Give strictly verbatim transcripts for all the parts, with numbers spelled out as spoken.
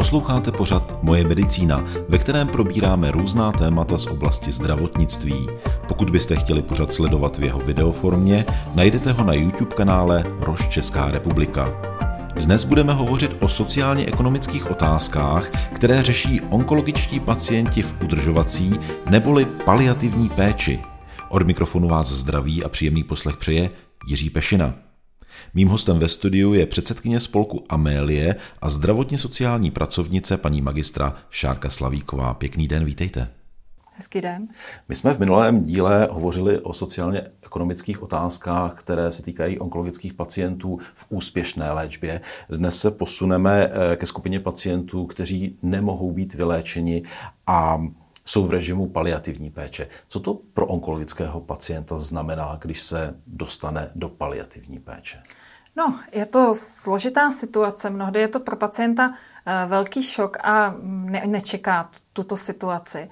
Posloucháte pořad Moje medicína, ve kterém probíráme různá témata z oblasti zdravotnictví. Pokud byste chtěli pořad sledovat v jeho videoformě, najdete ho na YouTube kanále Roš Česká republika. Dnes budeme hovořit o sociálně-ekonomických otázkách, které řeší onkologičtí pacienti v udržovací neboli paliativní péči. Od mikrofonu vás zdraví a příjemný poslech přeje Jiří Pešina. Mým hostem ve studiu je předsedkyně spolku Amélie a zdravotně sociální pracovnice paní magistra Šárka Slavíková. Pěkný den, vítejte. Hezký den. My jsme v minulém díle hovořili o sociálně-ekonomických otázkách, které se týkají onkologických pacientů v úspěšné léčbě. Dnes se posuneme ke skupině pacientů, kteří nemohou být vyléčeni a jsou v režimu paliativní péče. Co to pro onkologického pacienta znamená, když se dostane do paliativní péče? No, je to složitá situace. Mnohdy je to pro pacienta velký šok a ne- nečeká tuto situaci.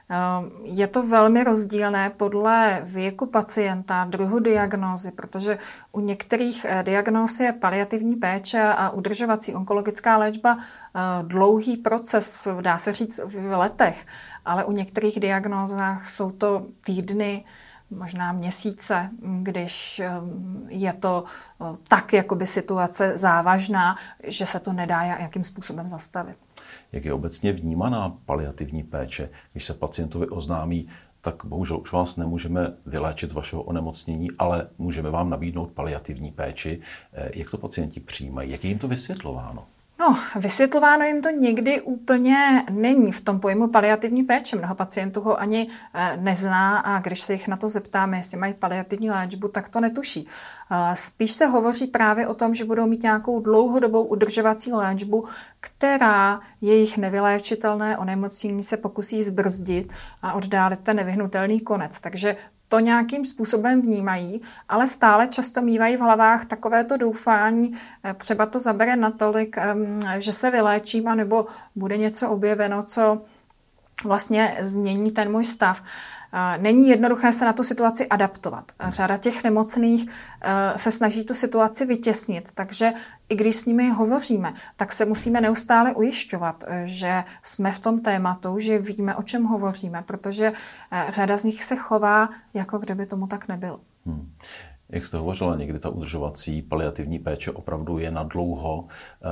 Je to velmi rozdílné podle věku pacienta, druhu diagnózy, protože u některých diagnóz je paliativní péče a udržovací onkologická léčba dlouhý proces, dá se říct v letech, ale u některých diagnózách jsou to týdny, možná měsíce, když je to tak jakoby situace závažná, že se to nedá jakým způsobem zastavit. Jak je obecně vnímaná paliativní péče? Když se pacientovi oznámí, tak bohužel už vás nemůžeme vyléčit z vašeho onemocnění, ale můžeme vám nabídnout paliativní péči. Jak to pacienti přijímají? Jak je jim to vysvětlováno? No, vysvětlováno jim to někdy úplně není v tom pojmu paliativní péče. Mnoho pacientů ho ani nezná a když se jich na to zeptáme, jestli mají paliativní léčbu, tak to netuší. Spíš se hovoří právě o tom, že budou mít nějakou dlouhodobou udržovací léčbu, která jejich nevyléčitelné onemocnění se pokusí zbrzdit a oddálit ten nevyhnutelný konec. Takže to nějakým způsobem vnímají, ale stále často mívají v hlavách takovéto doufání, třeba to zabere natolik, že se vyléčím, anebo bude něco objeveno, co vlastně změní ten můj stav. Není jednoduché se na tu situaci adaptovat. Řada těch nemocných se snaží tu situaci vytěsnit, takže i když s nimi hovoříme, tak se musíme neustále ujišťovat, že jsme v tom tématu, že víme, o čem hovoříme, protože řada z nich se chová, jako kdyby tomu tak nebylo. Hmm. Jak jste hovořila, někdy ta udržovací paliativní péče opravdu je na dlouho.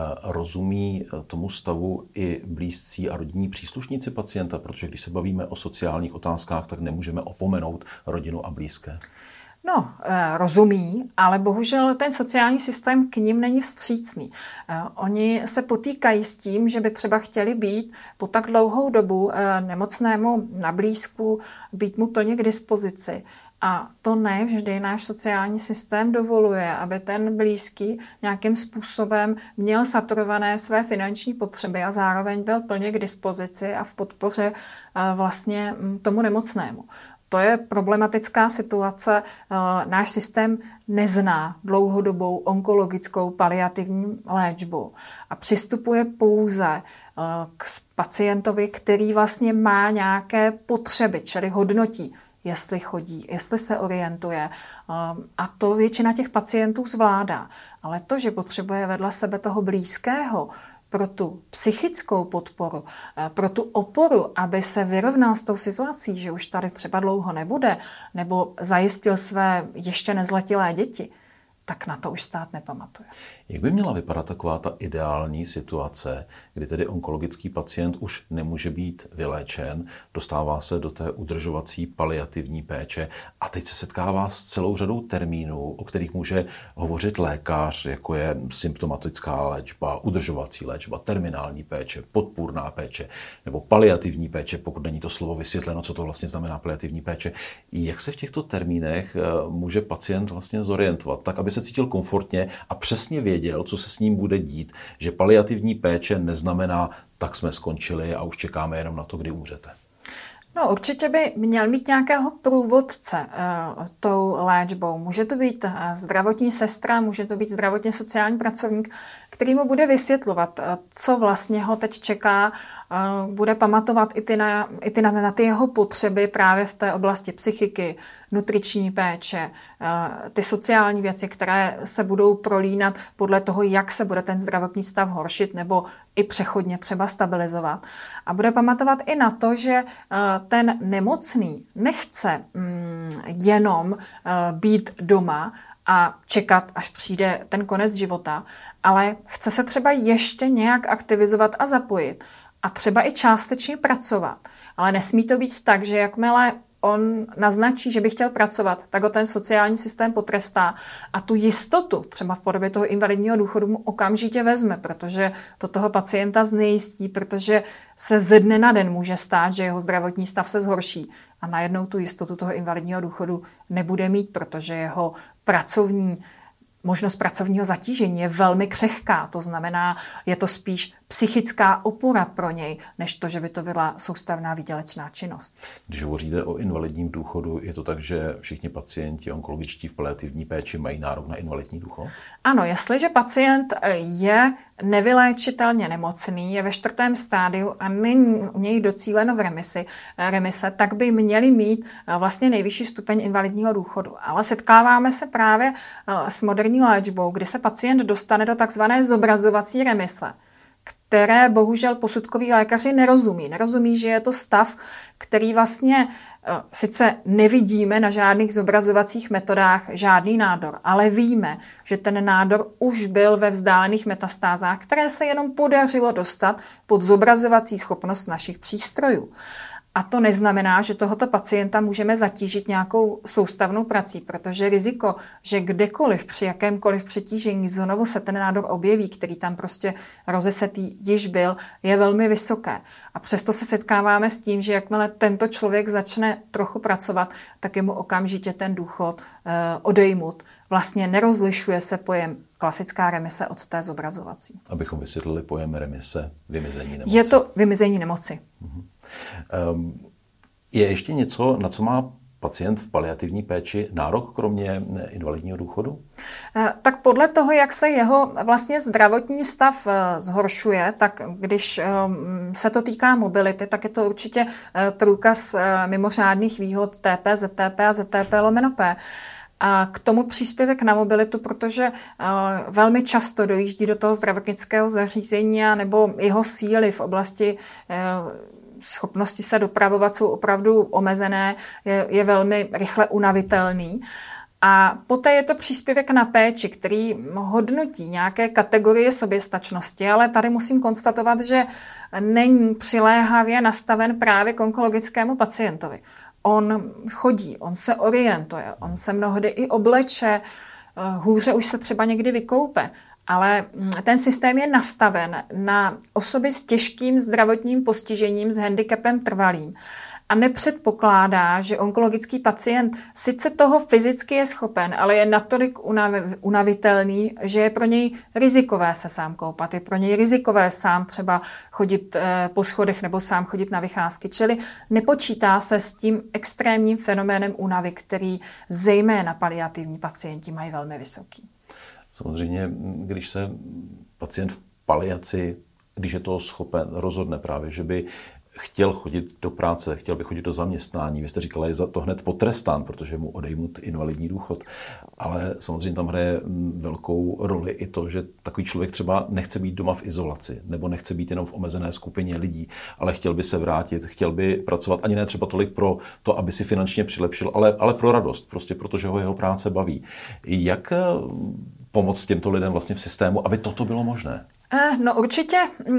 Rozumí tomu stavu i blízcí a rodinní příslušníci pacienta, protože když se bavíme o sociálních otázkách, tak nemůžeme opomenout rodinu a blízké. No, rozumí, ale bohužel ten sociální systém k nim není vstřícný. Oni se potýkají s tím, že by třeba chtěli být po tak dlouhou dobu nemocnému na blízku, být mu plně k dispozici. A to ne vždy náš sociální systém dovoluje, aby ten blízký nějakým způsobem měl saturované své finanční potřeby a zároveň byl plně k dispozici a v podpoře vlastně tomu nemocnému. To je problematická situace. Náš systém nezná dlouhodobou onkologickou paliativní léčbu a přistupuje pouze k pacientovi, který vlastně má nějaké potřeby, čili hodnotí, jestli chodí, jestli se orientuje. A to většina těch pacientů zvládá. Ale to, že potřebuje vedle sebe toho blízkého pro tu psychickou podporu, pro tu oporu, aby se vyrovnal s tou situací, že už tady třeba dlouho nebude, nebo zajistil své ještě nezletilé děti, tak na to už stát nepamatuje. Jak by měla vypadat taková ta ideální situace, kdy tedy onkologický pacient už nemůže být vyléčen, dostává se do té udržovací paliativní péče a teď se setkává s celou řadou termínů, o kterých může hovořit lékař, jako je symptomatická léčba, udržovací léčba, terminální péče, podpůrná péče nebo paliativní péče, pokud není to slovo vysvětleno, co to vlastně znamená paliativní péče. Jak se v těchto termínech může pacient vlastně zorientovat, tak aby se cítil komfortně a přesně věděl, co se s ním bude dít, že paliativní péče neznamená, tak jsme skončili a už čekáme jenom na to, kdy umřete? No, určitě by měl mít nějakého průvodce uh, tou léčbou. Může to být uh, zdravotní sestra, může to být zdravotně sociální pracovník, který mu bude vysvětlovat, uh, co vlastně ho teď čeká, uh, bude pamatovat i ty, na, i ty na, na ty jeho potřeby právě v té oblasti psychiky, nutriční péče, ty sociální věci, které se budou prolínat podle toho, jak se bude ten zdravotní stav horšit nebo i přechodně třeba stabilizovat. A bude pamatovat i na to, že ten nemocný nechce jenom být doma a čekat, až přijde ten konec života, ale chce se třeba ještě nějak aktivizovat a zapojit a třeba i částečně pracovat. Ale nesmí to být tak, že jakmile on naznačí, že by chtěl pracovat, tak ho ten sociální systém potrestá a tu jistotu, třeba v podobě toho invalidního důchodu, mu okamžitě vezme, protože to toho pacienta znejistí, protože se ze dne na den může stát, že jeho zdravotní stav se zhorší a najednou tu jistotu toho invalidního důchodu nebude mít, protože jeho pracovní možnost pracovního zatížení je velmi křehká, to znamená, je to spíš psychická opora pro něj, než to, že by to byla soustavná výdělečná činnost. Když hovoříte o invalidním důchodu, je to tak, že všichni pacienti onkologičtí v paliativní péči mají nárok na invalidní důchod? Ano, jestliže pacient je nevyléčitelně nemocný, je ve čtvrtém stádiu a není u něj docíleno v remisi, remise, tak by měli mít vlastně nejvyšší stupeň invalidního důchodu. Ale setkáváme se právě s moderní léčbou, kdy se pacient dostane do takzvané zobrazovací remise, které bohužel posudkoví lékaři nerozumí. Nerozumí, že je to stav, který vlastně sice nevidíme na žádných zobrazovacích metodách žádný nádor, ale víme, že ten nádor už byl ve vzdálených metastázách, které se jenom podařilo dostat pod zobrazovací schopnost našich přístrojů. A to neznamená, že tohoto pacienta můžeme zatížit nějakou soustavnou prací, protože riziko, že kdekoliv při jakémkoliv přetížení znovu se ten nádor objeví, který tam prostě rozesetý již byl, je velmi vysoké. A přesto se setkáváme s tím, že jakmile tento člověk začne trochu pracovat, tak je mu okamžitě ten důchod eh, odejmut. Vlastně nerozlišuje se pojem klasická remise od té zobrazovací. Abychom vysvětlili pojem remise, vymizení nemoci. Je to vymizení nemoci. Uh-huh. Um, je ještě něco, na co má pacient v paliativní péči nárok, kromě invalidního důchodu? Tak podle toho, jak se jeho vlastně zdravotní stav zhoršuje, tak když se to týká mobility, tak je to určitě průkaz mimořádných výhod T P, Z T P a Z T P lomeno P. A k tomu příspěvek na mobilitu, protože uh, velmi často dojíždí do toho zdravotnického zařízení nebo jeho síly v oblasti uh, schopnosti se dopravovat jsou opravdu omezené, je, je velmi rychle unavitelný. A poté je to příspěvek na péči, který hodnotí nějaké kategorie soběstačnosti, ale tady musím konstatovat, že není přiléhavě nastaven právě k onkologickému pacientovi. On chodí, on se orientuje, on se mnohdy i obleče, hůře už se třeba někdy vykoupe, ale ten systém je nastaven na osoby s těžkým zdravotním postižením, s handicapem trvalým a nepředpokládá, že onkologický pacient sice toho fyzicky je schopen, ale je natolik unavitelný, že je pro něj rizikové se sám koupat, je pro něj rizikové sám třeba chodit po schodech nebo sám chodit na vycházky, čili nepočítá se s tím extrémním fenoménem únavy, který zejména paliativní pacienti mají velmi vysoký. Samozřejmě, když se pacient v paliaci, když je toho schopen, rozhodne právě, že by chtěl chodit do práce, chtěl by chodit do zaměstnání. Vy jste říkala, je za to hned potrestán, protože mu odejmut invalidní důchod. Ale samozřejmě tam hraje velkou roli i to, že takový člověk třeba nechce být doma v izolaci, nebo nechce být jenom v omezené skupině lidí, ale chtěl by se vrátit, chtěl by pracovat ani ne třeba tolik pro to, aby si finančně přilepšil, ale, ale pro radost, prostě protože ho jeho práce baví. Jak pomoct těmto lidem vlastně v systému, aby toto bylo možné? No určitě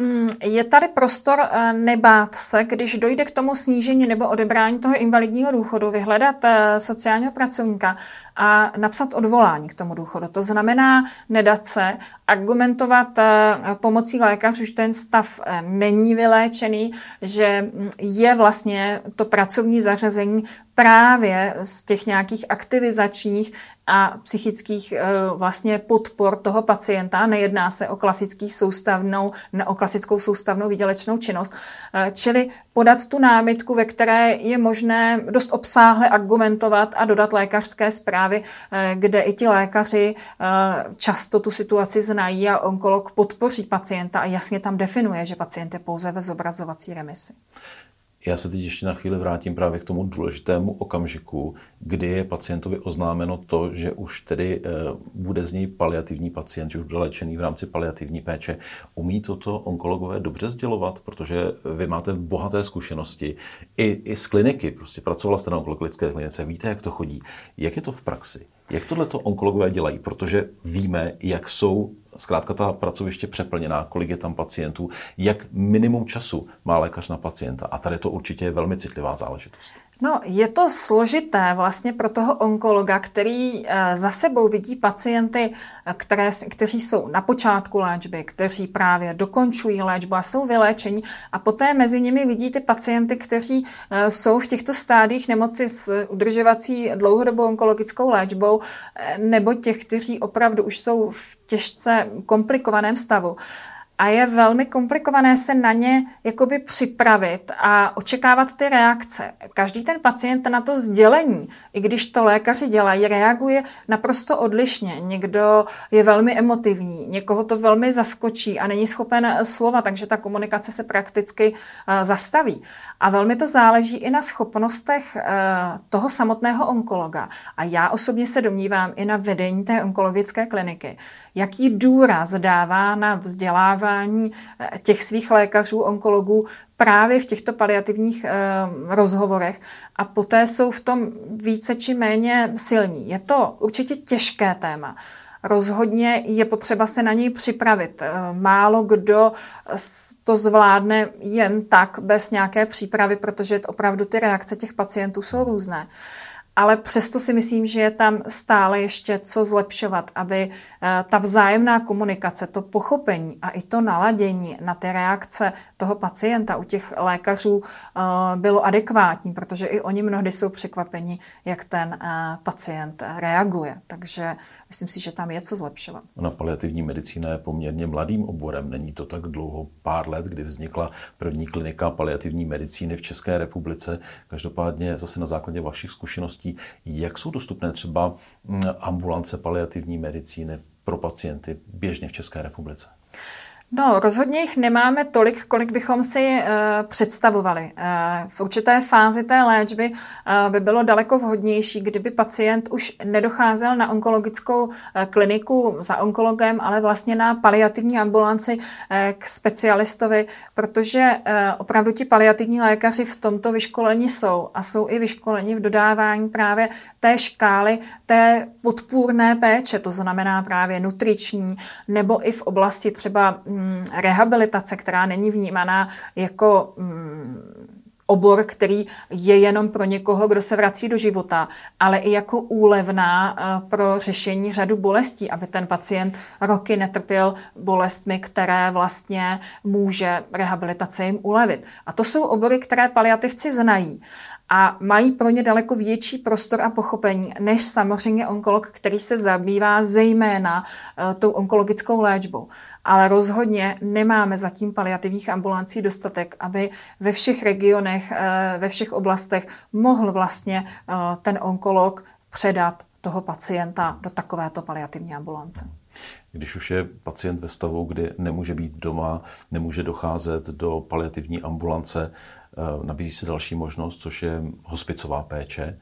je tady prostor nebát se, když dojde k tomu snížení nebo odebrání toho invalidního důchodu, vyhledat sociálního pracovníka a napsat odvolání k tomu důchodu. To znamená nedat se, argumentovat pomocí lékařů, že ten stav není vyléčený, že je vlastně to pracovní zařazení právě z těch nějakých aktivizačních a psychických vlastně podpor toho pacienta. Nejedná se o klasický soustavnou, ne o klasickou soustavnou výdělečnou činnost. Čili podat tu námitku, ve které je možné dost obsáhle argumentovat a dodat lékařské zprávy, kde i ti lékaři často tu situaci znají a onkolog podpoří pacienta a jasně tam definuje, že pacient je pouze ve zobrazovací remisi. Já se teď ještě na chvíli vrátím právě k tomu důležitému okamžiku, kdy je pacientovi oznámeno to, že už tedy e, bude z něj paliativní pacient, že už bude léčený v rámci paliativní péče. Umí toto onkologové dobře sdělovat, protože vy máte bohaté zkušenosti i, i z kliniky, prostě pracovala jste na onkologické klinice, víte, jak to chodí. Jak je to v praxi? Jak tohleto onkologové dělají? Protože víme, jak jsou zkrátka ta pracoviště přeplněná, kolik je tam pacientů, jak minimum času má lékař na pacienta. A tady to určitě je velmi citlivá záležitost. No, je to složité vlastně pro toho onkologa, který za sebou vidí pacienty, které, kteří jsou na počátku léčby, kteří právě dokončují léčbu a jsou vyléčeni, a poté mezi nimi vidí ty pacienty, kteří jsou v těchto stádiích nemoci s udržovací dlouhodobou onkologickou léčbou, nebo těch, kteří opravdu už jsou v těžce komplikovaném stavu. A je velmi komplikované se na ně jakoby připravit a očekávat ty reakce. Každý ten pacient na to sdělení, i když to lékaři dělají, reaguje naprosto odlišně. Někdo je velmi emotivní, někoho to velmi zaskočí a není schopen slova, takže ta komunikace se prakticky zastaví. A velmi to záleží i na schopnostech toho samotného onkologa. A já osobně se domnívám i na vedení té onkologické kliniky, jaký důraz dává na vzdělávání těch svých lékařů, onkologů právě v těchto paliativních eh, rozhovorech, a poté jsou v tom více či méně silní. Je to určitě těžké téma. Rozhodně je potřeba se na něj připravit. Málo kdo to zvládne jen tak, bez nějaké přípravy, protože opravdu ty reakce těch pacientů jsou různé. Ale přesto si myslím, že je tam stále ještě co zlepšovat, aby ta vzájemná komunikace, to pochopení a i to naladění na ty reakce toho pacienta u těch lékařů bylo adekvátní, protože i oni mnohdy jsou překvapeni, jak ten pacient reaguje. Takže myslím si, že tam je co zlepšovat. Na paliativní medicína je poměrně mladým oborem. Není to tak dlouho, pár let, kdy vznikla první klinika paliativní medicíny v České republice. Každopádně zase na základě vašich zkušeností, jak jsou dostupné třeba ambulance paliativní medicíny pro pacienty běžně v České republice? No, rozhodně jich nemáme tolik, kolik bychom si e, představovali. E, v určité fázi té léčby e, by bylo daleko vhodnější, kdyby pacient už nedocházel na onkologickou e, kliniku za onkologem, ale vlastně na paliativní ambulanci e, k specialistovi, protože e, opravdu ti paliativní lékaři v tomto vyškolení jsou a jsou i vyškoleni v dodávání právě té škály, té podpůrné péče, to znamená právě nutriční, nebo i v oblasti třeba rehabilitace, která není vnímaná jako mm, obor, který je jenom pro někoho, kdo se vrací do života, ale i jako úlevná uh, pro řešení řadu bolestí, aby ten pacient roky netrpěl bolestmi, které vlastně může rehabilitace jim ulevit. A to jsou obory, které paliativci znají a mají pro ně daleko větší prostor a pochopení, než samozřejmě onkolog, který se zabývá zejména uh, tou onkologickou léčbou. Ale rozhodně nemáme zatím paliativních ambulancí dostatek, aby ve všech regionech, uh, ve všech oblastech mohl vlastně uh, ten onkolog předat toho pacienta do takovéto paliativní ambulance. Když už je pacient ve stavu, kdy nemůže být doma, nemůže docházet do paliativní ambulance, nabízí se další možnost, což je hospicová péče.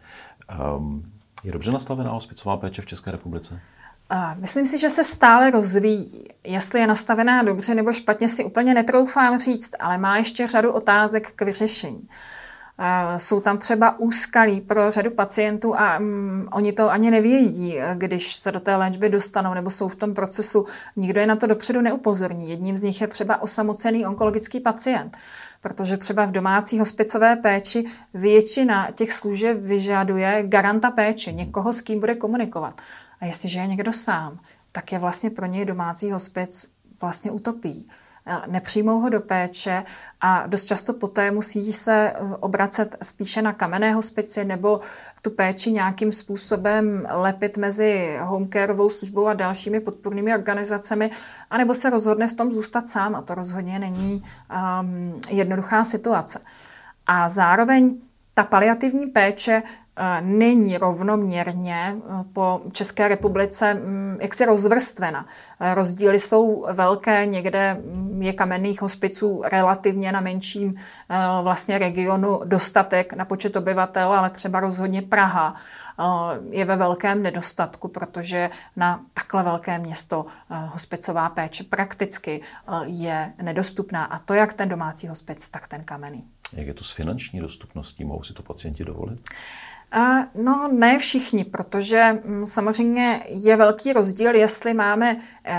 Je dobře nastavená hospicová péče v České republice? Myslím si, že se stále rozvíjí. Jestli je nastavená dobře nebo špatně, si úplně netroufám říct, ale má ještě řadu otázek k vyřešení. Jsou tam třeba úskalí pro řadu pacientů a um, oni to ani nevědí, když se do té léčby dostanou nebo jsou v tom procesu. Nikdo je na to dopředu neupozorní. Jedním z nich je třeba osamocený onkologický pacient, protože třeba v domácí hospicové péči většina těch služeb vyžaduje garanta péče, někoho, s kým bude komunikovat. A jestliže je někdo sám, tak je vlastně pro něj domácí hospic vlastně utopií. Nepřijmou ho do péče a dost často poté musí se obracet spíše na kamenné hospici nebo tu péči nějakým způsobem lepit mezi homecareovou službou a dalšími podpůrnými organizacemi, anebo se rozhodne v tom zůstat sám a to rozhodně není um, jednoduchá situace. A zároveň ta paliativní péče není rovnoměrně po České republice jaksi rozvrstvena. Rozdíly jsou velké, někde je kamenných hospiců relativně na menším vlastně regionu dostatek na počet obyvatel, ale třeba rozhodně Praha je ve velkém nedostatku, protože na takhle velké město hospicová péče prakticky je nedostupná. A to jak ten domácí hospic, tak ten kamenný. Jak je to s finanční dostupností? Mohou si to pacienti dovolit? No, ne všichni, protože samozřejmě je velký rozdíl, jestli máme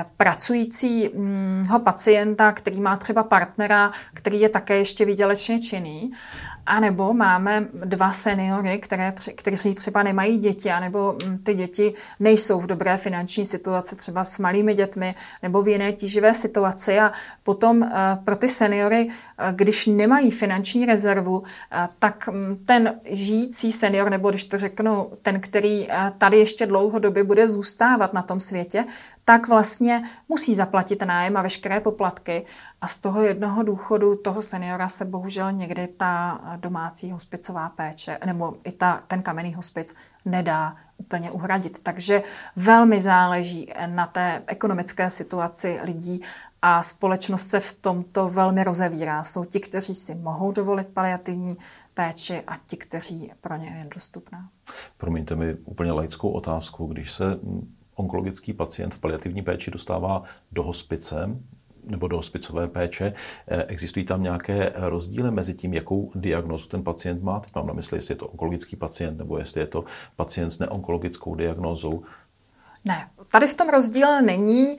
pracujícího pacienta, který má třeba partnera, který je také ještě výdělečně činný, anebo máme dva seniory, které, kteří třeba nemají děti, anebo ty děti nejsou v dobré finanční situaci, třeba s malými dětmi, nebo v jiné tíživé situaci. A potom pro ty seniory, když nemají finanční rezervu, tak ten žijící senior, nebo když to řeknu, ten, který tady ještě dlouhodobě bude zůstávat na tom světě, tak vlastně musí zaplatit nájem a veškeré poplatky. A z toho jednoho důchodu toho seniora se bohužel někdy ta domácí hospicová péče nebo i ta, ten kamenný hospic nedá úplně uhradit. Takže velmi záleží na té ekonomické situaci lidí a společnost se v tomto velmi rozevírá. Jsou ti, kteří si mohou dovolit paliativní péči a ti, kteří pro ně je dostupná. Promiňte mi úplně laickou otázku, když se onkologický pacient v paliativní péči dostává do hospice nebo do hospicové péče, existují tam nějaké rozdíly mezi tím, jakou diagnózu ten pacient má? Teď mám na mysli, jestli je to onkologický pacient nebo jestli je to pacient s neonkologickou diagnózou. Ne, tady v tom rozdíl není,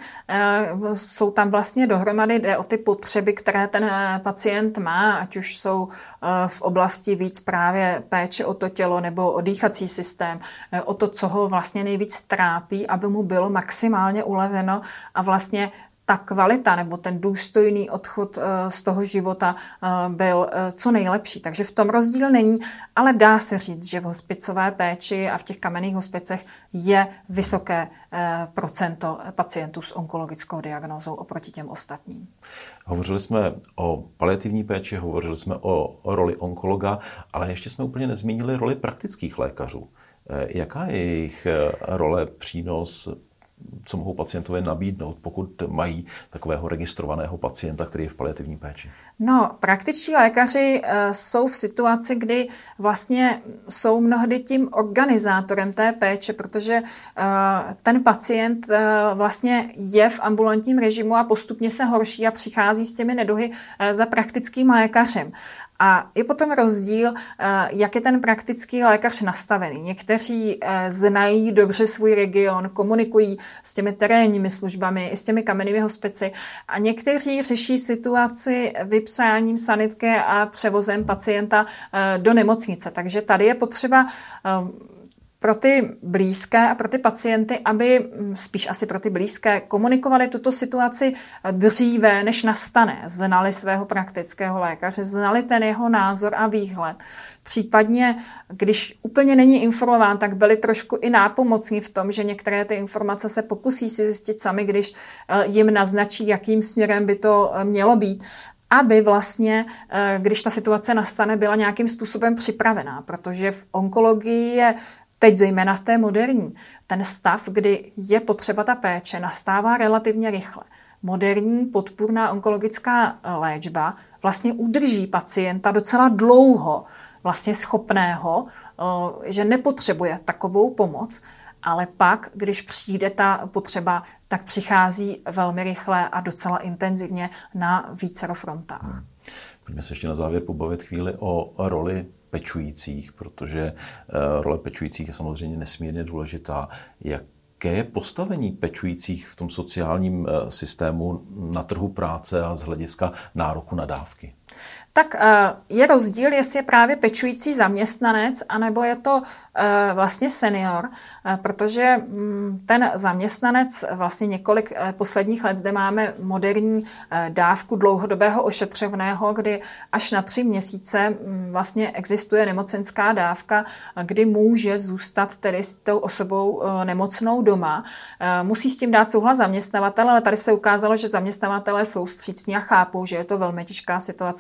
jsou tam vlastně dohromady, jde o ty potřeby, které ten pacient má, ať už jsou v oblasti víc právě péče o to tělo nebo o dýchací systém, o to, co ho vlastně nejvíc trápí, aby mu bylo maximálně uleveno a vlastně ta kvalita nebo ten důstojný odchod z toho života byl co nejlepší. Takže v tom rozdíl není, ale dá se říct, že v hospicové péči a v těch kamenných hospicech je vysoké procento pacientů s onkologickou diagnózou oproti těm ostatním. Hovořili jsme o paliativní péči, hovořili jsme o roli onkologa, ale ještě jsme úplně nezmínili roli praktických lékařů. Jaká je jejich role, přínos, co mohou pacientovi nabídnout, pokud mají takového registrovaného pacienta, který je v paliativní péči? No, praktičtí lékaři uh, jsou v situaci, kdy vlastně jsou mnohdy tím organizátorem té péče, protože uh, ten pacient uh, vlastně je v ambulantním režimu a postupně se horší a přichází s těmi neduhy uh, za praktickým lékařem. A je potom rozdíl, jak je ten praktický lékař nastavený. Někteří znají dobře svůj region, komunikují s těmi terénními službami, i s těmi kamennými hospici a někteří řeší situaci vypsáním sanitky a převozem pacienta do nemocnice. Takže tady je potřeba pro ty blízké a pro ty pacienty, aby spíš asi pro ty blízké komunikovali tuto situaci dříve, než nastane. Znali svého praktického lékaře, znali ten jeho názor a výhled. Případně, když úplně není informován, tak byli trošku i nápomocní v tom, že některé ty informace se pokusí si zjistit sami, když jim naznačí, jakým směrem by to mělo být, aby vlastně, když ta situace nastane, byla nějakým způsobem připravená, protože v onkologii je teď zejména v té moderní, ten stav, kdy je potřeba ta péče, nastává relativně rychle. Moderní podpůrná onkologická léčba vlastně udrží pacienta docela dlouho vlastně schopného, že nepotřebuje takovou pomoc, ale pak, když přijde ta potřeba, tak přichází velmi rychle a docela intenzivně na vícero frontách. Pojďme se ještě na závěr pobavit chvíli o roli pečujících, protože role pečujících je samozřejmě nesmírně důležitá. Jaké je postavení pečujících v tom sociálním systému na trhu práce a z hlediska nároku na dávky? Tak je rozdíl, jestli je právě pečující zaměstnanec, anebo je to vlastně senior, protože ten zaměstnanec vlastně několik posledních let zde máme moderní dávku dlouhodobého ošetřovného, kdy až na tři měsíce vlastně existuje nemocenská dávka, kdy může zůstat tedy s tou osobou nemocnou doma. Musí s tím dát souhlas zaměstnavatel, ale tady se ukázalo, že zaměstnavatelé jsou vstřícní a chápou, že je to velmi těžká situace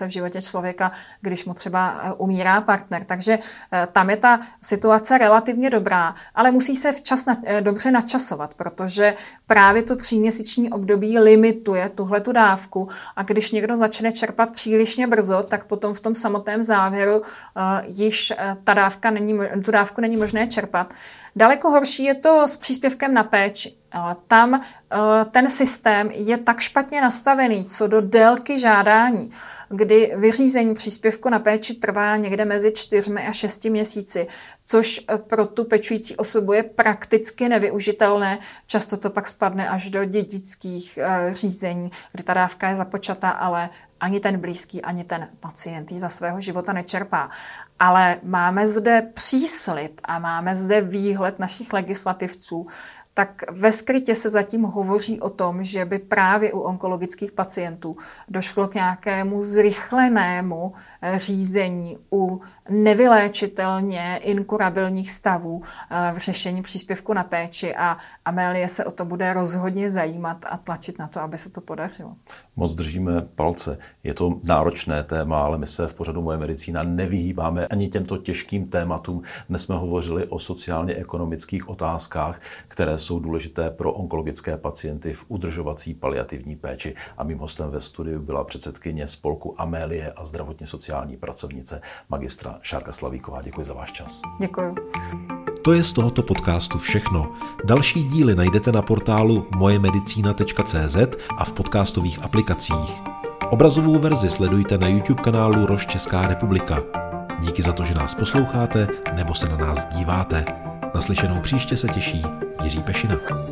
situace v životě člověka, když mu třeba umírá partner. Takže tam je ta situace relativně dobrá, ale musí se včas na, dobře načasovat, protože právě to tříměsíční období limituje tuhletu dávku a když někdo začne čerpat přílišně brzo, tak potom v tom samotném závěru uh, již uh, ta dávka není, tu dávku není možné čerpat. Daleko horší je to s příspěvkem na péči. Tam ten systém je tak špatně nastavený co do délky žádání, kdy vyřízení příspěvku na péči trvá někde mezi čtyřmi a šesti měsíci, což pro tu pečující osobu je prakticky nevyužitelné. Často to pak spadne až do dědických řízení, kdy ta dávka je započata, ale ani ten blízký, ani ten pacient ji za svého života nečerpá. Ale máme zde příslib a máme zde výhled našich legislativců, tak ve skrytě se zatím hovoří o tom, že by právě u onkologických pacientů došlo k nějakému zrychlenému řízení u nevyléčitelně inkurabilních stavů v řešení příspěvku na péči a Amélie se o to bude rozhodně zajímat a tlačit na to, aby se to podařilo. Moc držíme palce. Je to náročné téma, ale my se v pořadu Moje medicína nevyhýbáme ani těmto těžkým tématům. Dnes jsme hovořili o sociálně-ekonomických otázkách, které jsou důležité pro onkologické pacienty v udržovací paliativní péči. A mým hostem ve studiu byla předsedkyně spolku Amélie a zdravotně sociální pracovnice magistra Šárka Slavíková. Děkuji za váš čas. Děkuji. To je z tohoto podcastu všechno. Další díly najdete na portálu moje medicína tečka cé zet a v podcastových aplikacích. Obrazovou verzi sledujte na YouTube kanálu Roš Česká republika. Díky za to, že nás posloucháte nebo se na nás díváte. Naslyšenou příště se těší Jiří Pešina.